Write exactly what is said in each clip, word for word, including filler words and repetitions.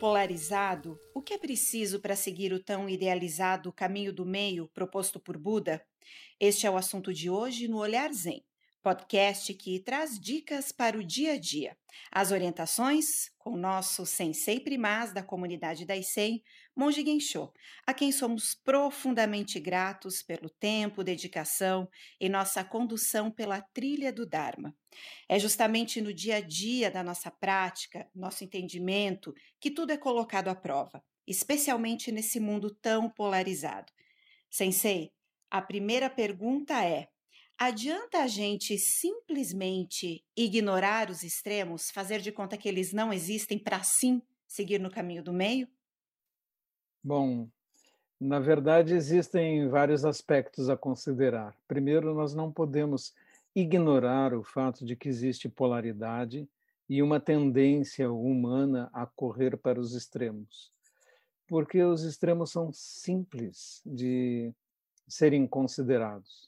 polarizado, o que é preciso para seguir o tão idealizado caminho do meio proposto por Buda? Este é o assunto de hoje no Olhar Zen, podcast que traz dicas para o dia a dia. As orientações com o nosso sensei primaz da comunidade Daisei, Monge Gensho, a quem somos profundamente gratos pelo tempo, dedicação e nossa condução pela trilha do Dharma. É justamente no dia a dia da nossa prática, nosso entendimento, que tudo é colocado à prova, especialmente nesse mundo tão polarizado. Sensei, a primeira pergunta é: adianta a gente simplesmente ignorar os extremos, fazer de conta que eles não existem para sim seguir no caminho do meio? Bom, na verdade existem vários aspectos a considerar. Primeiro, nós não podemos ignorar o fato de que existe polaridade e uma tendência humana a correr para os extremos, porque os extremos são simples de serem considerados.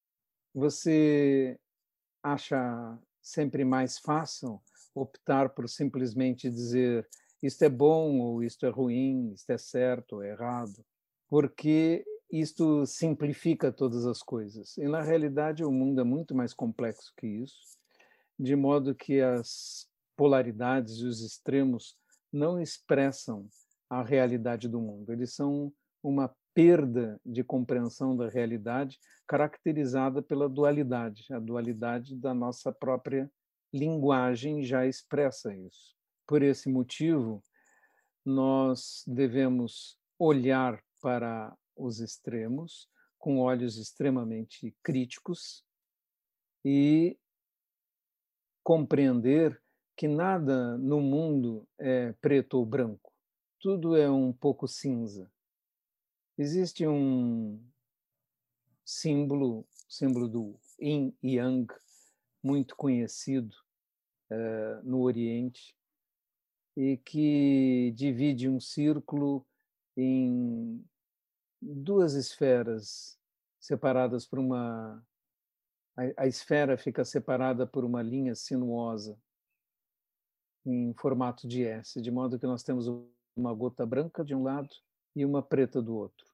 Você acha sempre mais fácil optar por simplesmente dizer isto é bom ou isto é ruim, isto é certo ou errado, porque isto simplifica todas as coisas. E, na realidade, o mundo é muito mais complexo que isso, de modo que as polaridades e os extremos não expressam a realidade do mundo. Eles são uma perda de compreensão da realidade caracterizada pela dualidade. A dualidade da nossa própria linguagem já expressa isso. Por esse motivo, nós devemos olhar para os extremos com olhos extremamente críticos e compreender que nada no mundo é preto ou branco. Tudo é um pouco cinza. Existe um símbolo, símbolo do Yin e Yang, muito conhecido uh, no Oriente, e que divide um círculo em duas esferas separadas por uma... A, a esfera fica separada por uma linha sinuosa em formato de S, de modo que nós temos uma gota branca de um lado e uma preta do outro.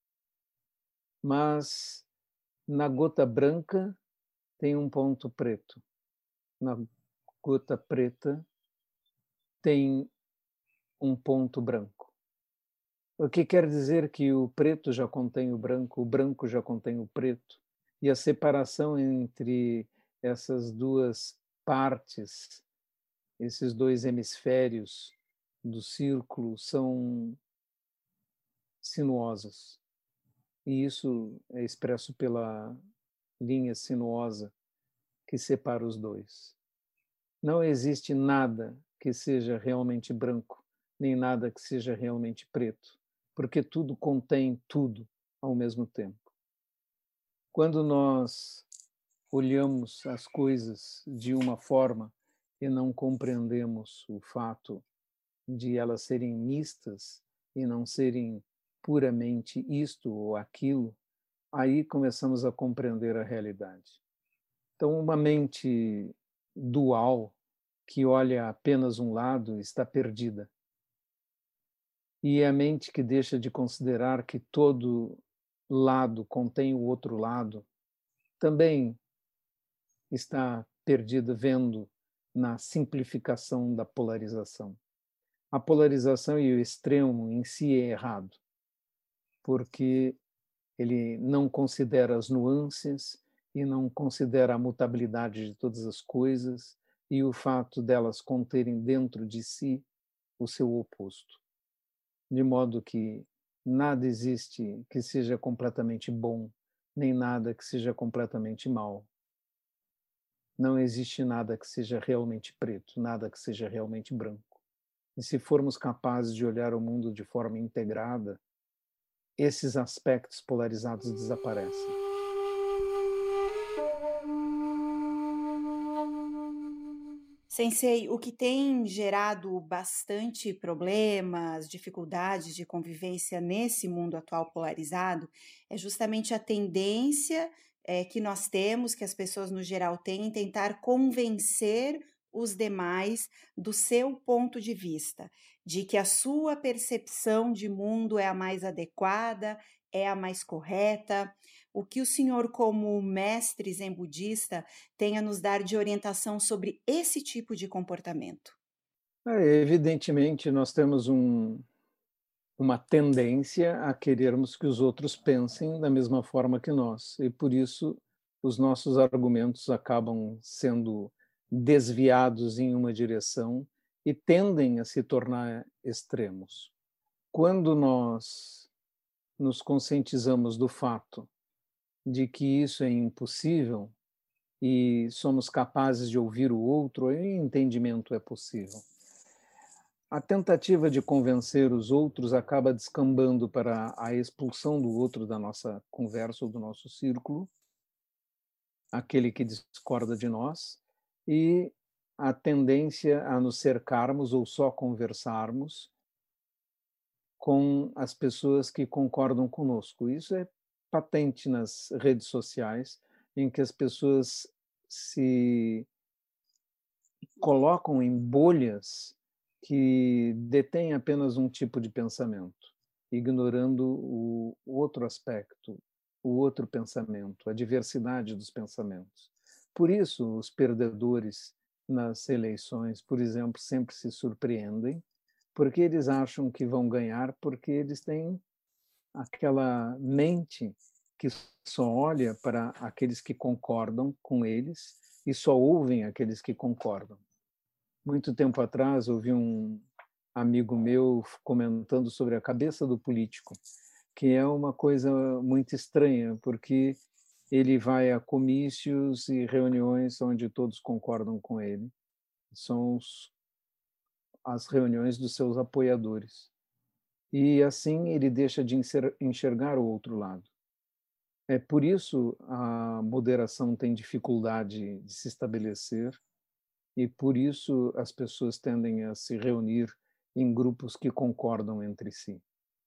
Mas na gota branca tem um ponto preto. Na gota preta tem um ponto branco. O que quer dizer que o preto já contém o branco, o branco já contém o preto, e a separação entre essas duas partes, esses dois hemisférios do círculo, são sinuosos. E isso é expresso pela linha sinuosa que separa os dois. Não existe nada que seja realmente branco, nem nada que seja realmente preto, porque tudo contém tudo ao mesmo tempo. Quando nós olhamos as coisas de uma forma e não compreendemos o fato de elas serem mistas e não serem puramente isto ou aquilo, aí começamos a compreender a realidade. Então, uma mente dual, que olha apenas um lado, está perdida. E a mente que deixa de considerar que todo lado contém o outro lado, também está perdida, vendo na simplificação da polarização. A polarização e o extremo em si é errado, porque ele não considera as nuances e não considera a mutabilidade de todas as coisas e o fato delas conterem dentro de si o seu oposto. De modo que nada existe que seja completamente bom, nem nada que seja completamente mal. Não existe nada que seja realmente preto, nada que seja realmente branco. E se formos capazes de olhar o mundo de forma integrada, esses aspectos polarizados desaparecem. Sensei, o que tem gerado bastante problemas, dificuldades de convivência nesse mundo atual polarizado é justamente a tendência é, que nós temos, que as pessoas no geral têm, em tentar convencer os demais do seu ponto de vista, de que a sua percepção de mundo é a mais adequada, é a mais correta. O que o senhor, como mestre zen budista, tem a nos dar de orientação sobre esse tipo de comportamento? É, evidentemente, nós temos um, uma tendência a querermos que os outros pensem da mesma forma que nós, e por isso os nossos argumentos acabam sendo desviados em uma direção e tendem a se tornar extremos. Quando nós nos conscientizamos do fato de que isso é impossível e somos capazes de ouvir o outro, aí o entendimento é possível. A tentativa de convencer os outros acaba descambando para a expulsão do outro da nossa conversa ou do nosso círculo, aquele que discorda de nós, e a tendência a nos cercarmos ou só conversarmos com as pessoas que concordam conosco. Isso é patente nas redes sociais, em que as pessoas se colocam em bolhas que detêm apenas um tipo de pensamento, ignorando o outro aspecto, o outro pensamento, a diversidade dos pensamentos. Por isso, os perdedores nas eleições, por exemplo, sempre se surpreendem, porque eles acham que vão ganhar, porque eles têm aquela mente que só olha para aqueles que concordam com eles e só ouvem aqueles que concordam. Muito tempo atrás, ouvi um amigo meu comentando sobre a cabeça do político, que é uma coisa muito estranha, porque ele vai a comícios e reuniões onde todos concordam com ele. São os, as reuniões dos seus apoiadores. E assim ele deixa de enxergar o outro lado. É por isso a moderação tem dificuldade de se estabelecer, e por isso as pessoas tendem a se reunir em grupos que concordam entre si.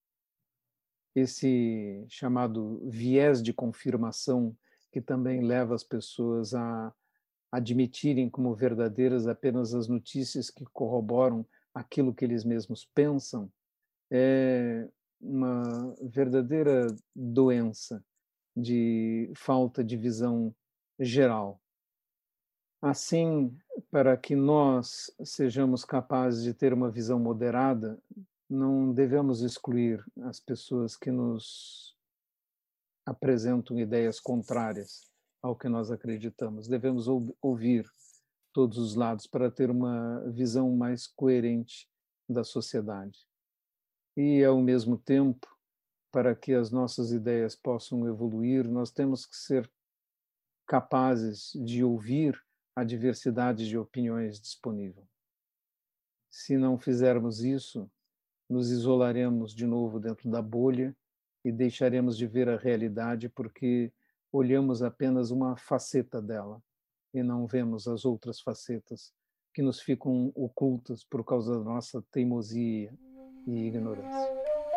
Esse chamado viés de confirmação, que também leva as pessoas a admitirem como verdadeiras apenas as notícias que corroboram aquilo que eles mesmos pensam, é uma verdadeira doença de falta de visão geral. Assim, para que nós sejamos capazes de ter uma visão moderada, não devemos excluir as pessoas que nos apresentam ideias contrárias ao que nós acreditamos. Devemos ouvir todos os lados para ter uma visão mais coerente da sociedade. E, ao mesmo tempo, para que as nossas ideias possam evoluir, nós temos que ser capazes de ouvir a diversidade de opiniões disponível. Se não fizermos isso, nos isolaremos de novo dentro da bolha e deixaremos de ver a realidade porque olhamos apenas uma faceta dela e não vemos as outras facetas que nos ficam ocultas por causa da nossa teimosia e ignorância.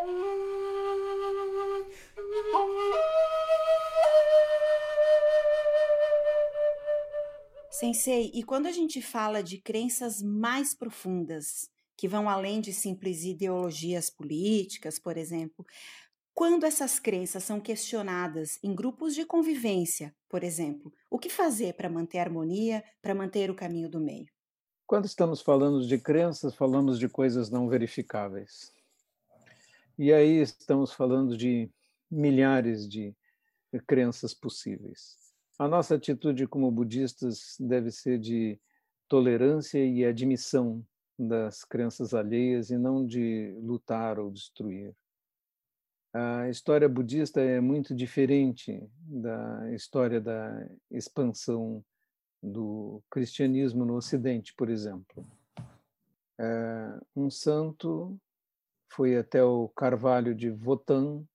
Sensei, e quando a gente fala de crenças mais profundas, que vão além de simples ideologias políticas, por exemplo, quando essas crenças são questionadas em grupos de convivência, por exemplo, o que fazer para manter a harmonia, para manter o caminho do meio? Quando estamos falando de crenças, falamos de coisas não verificáveis. E aí estamos falando de milhares de crenças possíveis. A nossa atitude como budistas deve ser de tolerância e admissão das crenças alheias e não de lutar ou destruir. A história budista é muito diferente da história da expansão do cristianismo no Ocidente, por exemplo. É, um santo foi até o Carvalho de Wotan,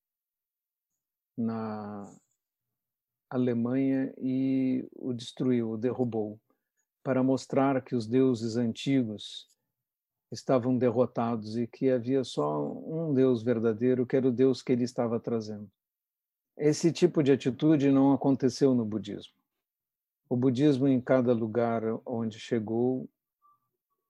na Alemanha, e o destruiu, o derrubou, para mostrar que os deuses antigos estavam derrotados e que havia só um Deus verdadeiro, que era o Deus que ele estava trazendo. Esse tipo de atitude não aconteceu no budismo. O budismo, em cada lugar onde chegou,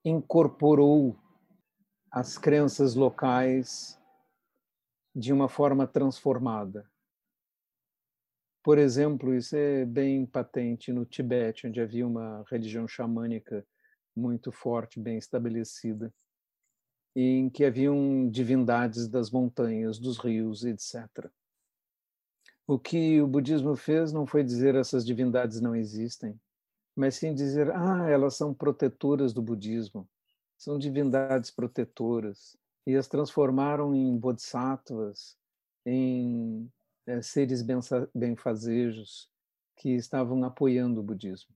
incorporou as crenças locais de uma forma transformada. Por exemplo, isso é bem patente no Tibete, onde havia uma religião xamânica muito forte, bem estabelecida, em que haviam divindades das montanhas, dos rios, etcétera. O que o budismo fez não foi dizer essas divindades não existem, mas sim dizer, ah, elas são protetoras do budismo, são divindades protetoras, e as transformaram em bodhisattvas, em é, seres benfazejos que estavam apoiando o budismo.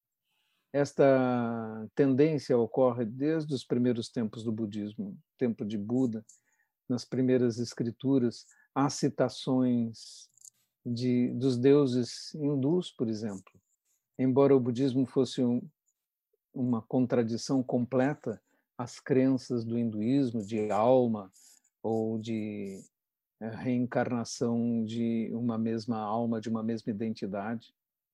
Esta tendência ocorre desde os primeiros tempos do budismo, tempo de Buda, nas primeiras escrituras, há citações de, dos deuses hindus, por exemplo. Embora o budismo fosse um, uma contradição completa às crenças do hinduísmo de alma ou de é, reencarnação de uma mesma alma, de uma mesma identidade.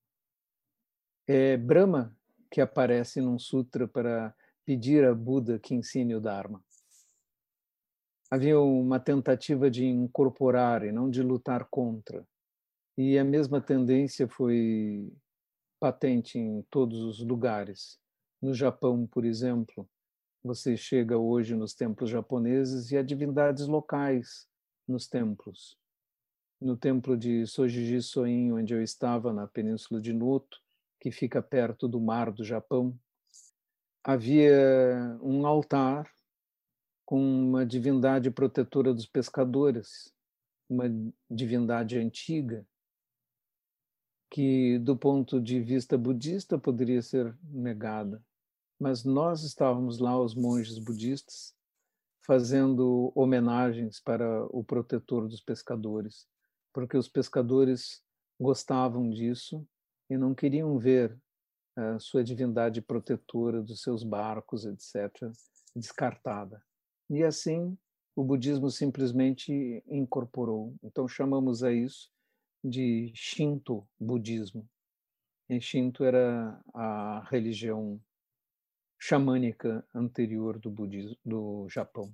É Brahma que aparece num sutra para pedir a Buda que ensine o Dharma. Havia uma tentativa de incorporar e não de lutar contra. E a mesma tendência foi patente em todos os lugares. No Japão, por exemplo, você chega hoje nos templos japoneses e há divindades locais nos templos. No templo de Sojiji Soin, onde eu estava, na Península de Noto, que fica perto do mar do Japão, havia um altar com uma divindade protetora dos pescadores, uma divindade antiga, que do ponto de vista budista poderia ser negada. Mas nós estávamos lá, os monges budistas, fazendo homenagens para o protetor dos pescadores, porque os pescadores gostavam disso e não queriam ver a sua divindade protetora dos seus barcos, etcétera, descartada. E assim, o budismo simplesmente incorporou. Então, chamamos a isso de Shinto budismo. E Shinto era a religião xamânica anterior do budismo, do Japão.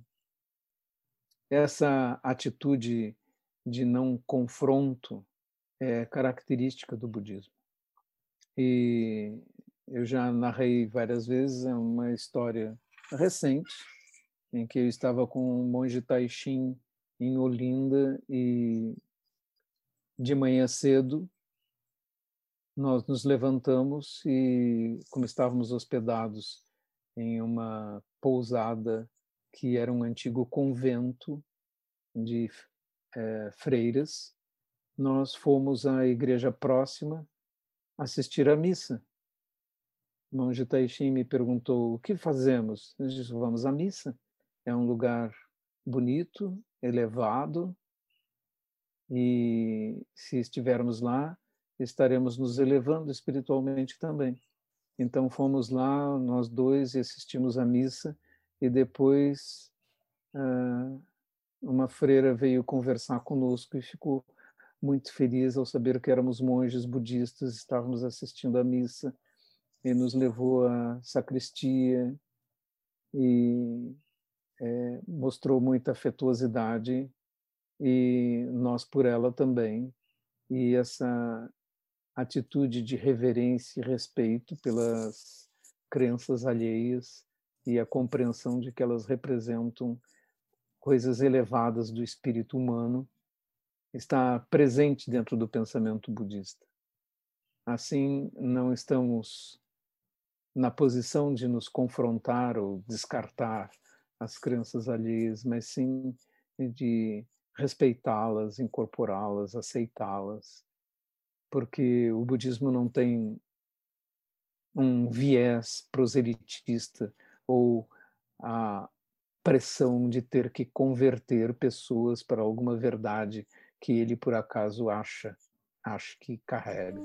Essa atitude de não confronto é característica do budismo. E eu já narrei várias vezes uma história recente em que eu estava com um monge Taishin em Olinda e de manhã cedo nós nos levantamos e, como estávamos hospedados em uma pousada que era um antigo convento de é, freiras, nós fomos à igreja próxima assistir à missa. O monge Taishin me perguntou, o que fazemos? Eu disse, vamos à missa. É um lugar bonito, elevado, e se estivermos lá, estaremos nos elevando espiritualmente também. Então fomos lá, nós dois, e assistimos à missa, e depois uh, uma freira veio conversar conosco e ficou muito feliz ao saber que éramos monges budistas, estávamos assistindo à missa, e nos levou à sacristia e é, mostrou muita afetuosidade, e nós por ela também. E essa atitude de reverência e respeito pelas crenças alheias e a compreensão de que elas representam coisas elevadas do espírito humano está presente dentro do pensamento budista. Assim, não estamos na posição de nos confrontar ou descartar as crenças alheias, mas sim de respeitá-las, incorporá-las, aceitá-las, porque o budismo não tem um viés proselitista ou a pressão de ter que converter pessoas para alguma verdade que ele por acaso acha, acha que carrega.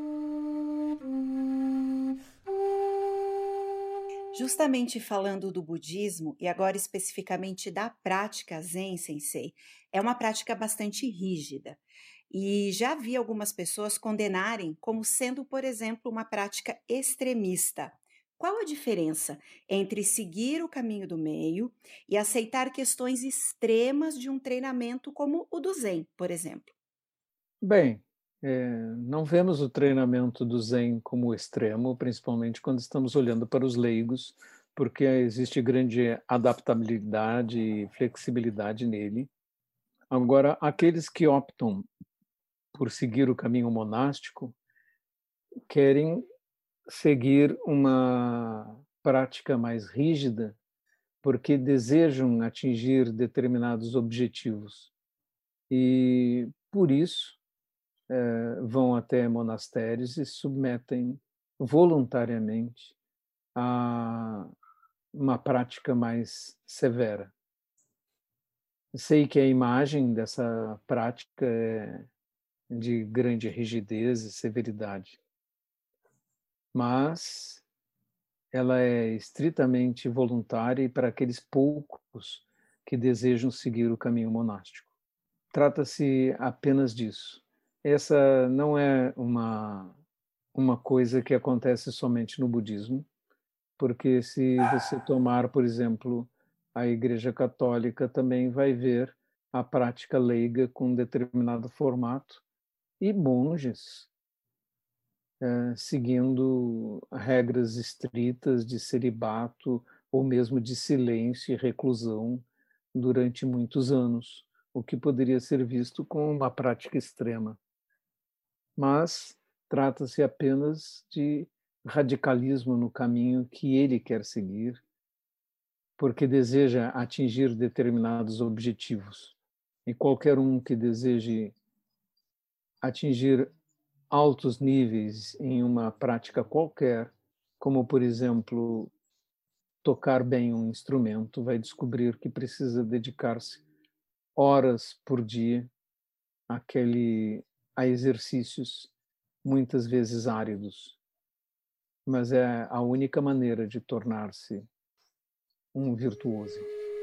Justamente falando do budismo, e agora especificamente da prática Zen Sensei, é uma prática bastante rígida. E já vi algumas pessoas condenarem como sendo, por exemplo, uma prática extremista, Qual a diferença entre seguir o caminho do meio e aceitar questões extremas de um treinamento como o do Zen, por exemplo? Bem, eh, não vemos o treinamento do Zen como extremo, principalmente quando estamos olhando para os leigos, porque existe grande adaptabilidade e flexibilidade nele. Agora, aqueles que optam por seguir o caminho monástico querem seguir uma prática mais rígida, porque desejam atingir determinados objetivos. E, por isso, eh, vão até monastérios e se submetem voluntariamente a uma prática mais severa. Sei que a imagem dessa prática é de grande rigidez e severidade, mas ela é estritamente voluntária e para aqueles poucos que desejam seguir o caminho monástico. Trata-se apenas disso. Essa não é uma uma coisa que acontece somente no budismo, porque se você tomar, por exemplo, a Igreja Católica, também vai ver a prática leiga com determinado formato e monges eh, seguindo regras estritas de celibato ou mesmo de silêncio e reclusão durante muitos anos, o que poderia ser visto como uma prática extrema. Mas trata-se apenas de radicalismo no caminho que ele quer seguir, porque deseja atingir determinados objetivos. E qualquer um que deseje atingir altos níveis em uma prática qualquer, como, por exemplo, tocar bem um instrumento, vai descobrir que precisa dedicar-se horas por dia àquele, a exercícios muitas vezes áridos, mas é a única maneira de tornar-se um virtuoso.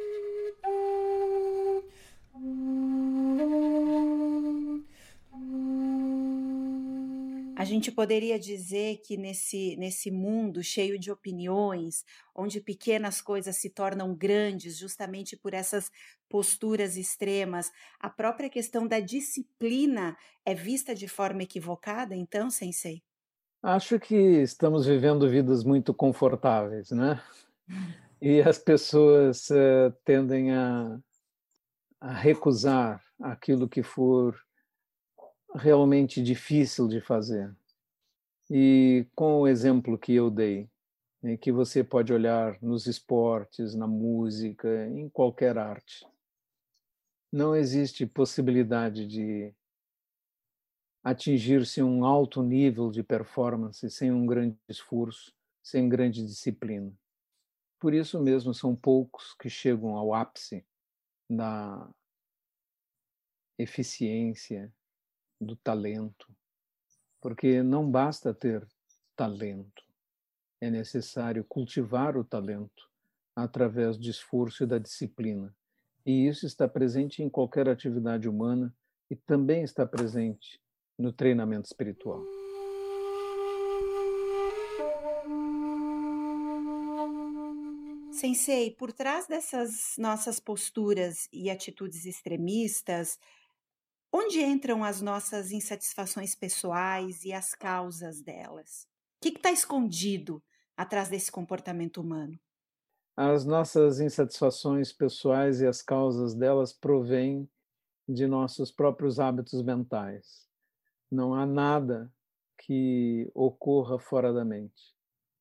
A gente poderia dizer que nesse nesse mundo cheio de opiniões, onde pequenas coisas se tornam grandes justamente por essas posturas extremas, a própria questão da disciplina é vista de forma equivocada então, Sensei? Acho que estamos vivendo vidas muito confortáveis, né? E as pessoas eh, tendem a, a recusar aquilo que for realmente difícil de fazer. E com o exemplo que eu dei, né, que você pode olhar nos esportes, na música, em qualquer arte, não existe possibilidade de atingir-se um alto nível de performance sem um grande esforço, sem grande disciplina. Por isso mesmo são poucos que chegam ao ápice da eficiência, do talento, porque não basta ter talento, é necessário cultivar o talento através do esforço e da disciplina. E isso está presente em qualquer atividade humana e também está presente no treinamento espiritual. Sensei, por trás dessas nossas posturas e atitudes extremistas, onde entram as nossas insatisfações pessoais e as causas delas? O que está escondido atrás desse comportamento humano? As nossas insatisfações pessoais e as causas delas provêm de nossos próprios hábitos mentais. Não há nada que ocorra fora da mente.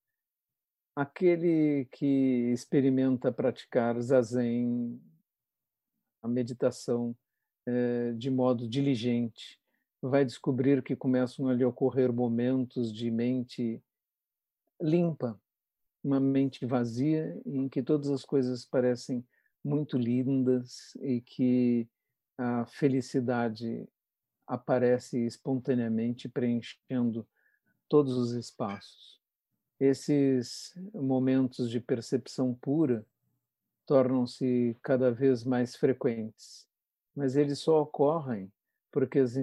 Aquele que experimenta praticar zazen, a meditação, eh, de modo diligente, vai descobrir que começam a lhe ocorrer momentos de mente limpa, uma mente vazia em que todas as coisas parecem muito lindas e que a felicidade aparece espontaneamente preenchendo todos os espaços. Esses momentos de percepção pura tornam-se cada vez mais frequentes, mas eles só ocorrem porque as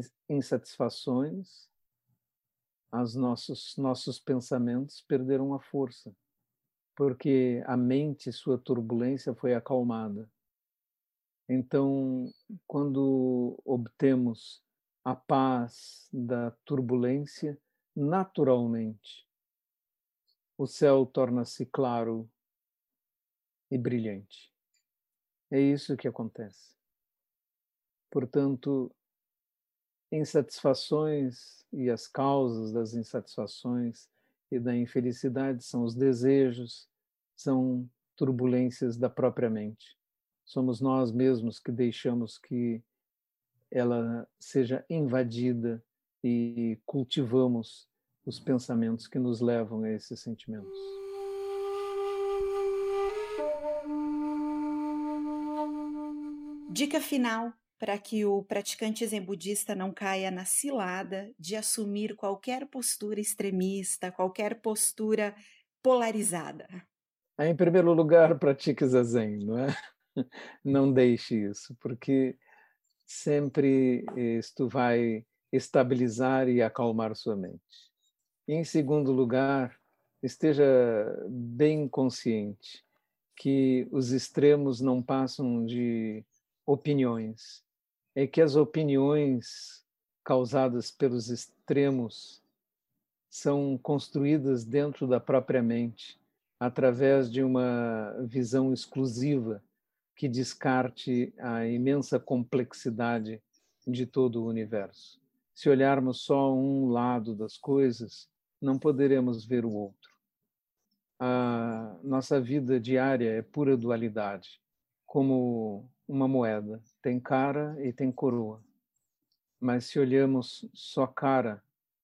insatisfações, os nossos, nossos pensamentos perderam a força. porque a mente, sua turbulência foi acalmada. Então, quando obtemos a paz da turbulência, naturalmente, o céu torna-se claro e brilhante. É isso que acontece. Portanto, insatisfações e as causas das insatisfações e da infelicidade são os desejos, são turbulências da própria mente. Somos nós mesmos que deixamos que ela seja invadida e cultivamos os pensamentos que nos levam a esses sentimentos. Dica final para que o praticante zen budista não caia na cilada de assumir qualquer postura extremista, qualquer postura polarizada. Em primeiro lugar, pratique zazen, não é? Não deixe isso, porque sempre isto vai estabilizar e acalmar sua mente. Em segundo lugar, esteja bem consciente que os extremos não passam de opiniões. É que as opiniões causadas pelos extremos são construídas dentro da própria mente, através de uma visão exclusiva que descarte a imensa complexidade de todo o universo. Se olharmos só um lado das coisas, não poderemos ver o outro. A nossa vida diária é pura dualidade, como uma moeda, tem cara e tem coroa. Mas se olhamos só cara,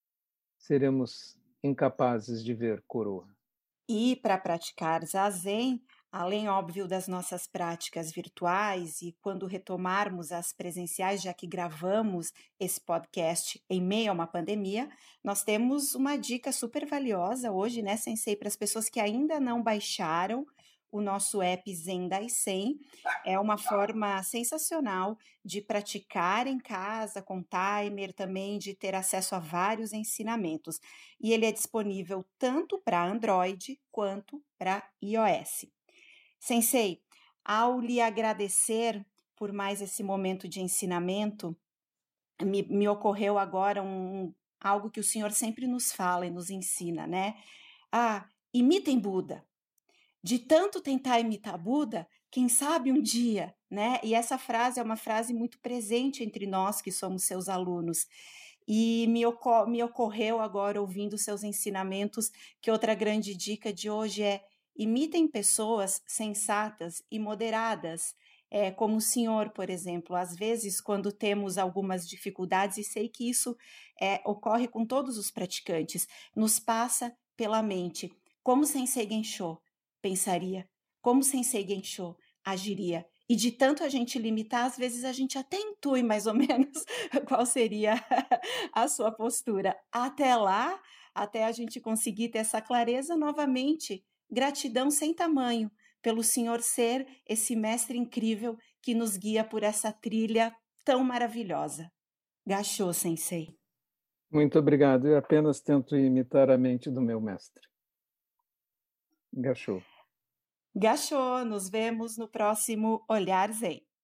seremos incapazes de ver coroa. E para praticar zazen, além, óbvio, das nossas práticas virtuais e quando retomarmos as presenciais, já que gravamos esse podcast em meio a uma pandemia, nós temos uma dica super valiosa hoje, né, Sensei, para as pessoas que ainda não baixaram o nosso app Zen Daisen. É uma forma sensacional de praticar em casa, com timer, também de ter acesso a vários ensinamentos. E ele é disponível tanto para Android quanto para iOS. Sensei, ao lhe agradecer por mais esse momento de ensinamento, me, me ocorreu agora um, algo que o senhor sempre nos fala e nos ensina, né? Ah, imitem Buda. De tanto tentar imitar Buda, quem sabe um dia, né? E essa frase é uma frase muito presente entre nós que somos seus alunos. E me, ocor me ocorreu agora, ouvindo seus ensinamentos, que outra grande dica de hoje é: imitem pessoas sensatas e moderadas, é, como o senhor, por exemplo. Às vezes, quando temos algumas dificuldades, e sei que isso é, ocorre com todos os praticantes, nos passa pela mente, como Sensei Gensho pensaria, como Sensei Gensho agiria. E de tanto a gente limitar, às vezes a gente até intui mais ou menos qual seria a sua postura. Até lá, até a gente conseguir ter essa clareza, novamente, gratidão sem tamanho pelo senhor ser esse mestre incrível que nos guia por essa trilha tão maravilhosa. Gachô, Sensei. Muito obrigado. Eu apenas tento imitar a mente do meu mestre. Gachô. Gachô, nos vemos no próximo Olhar Zen.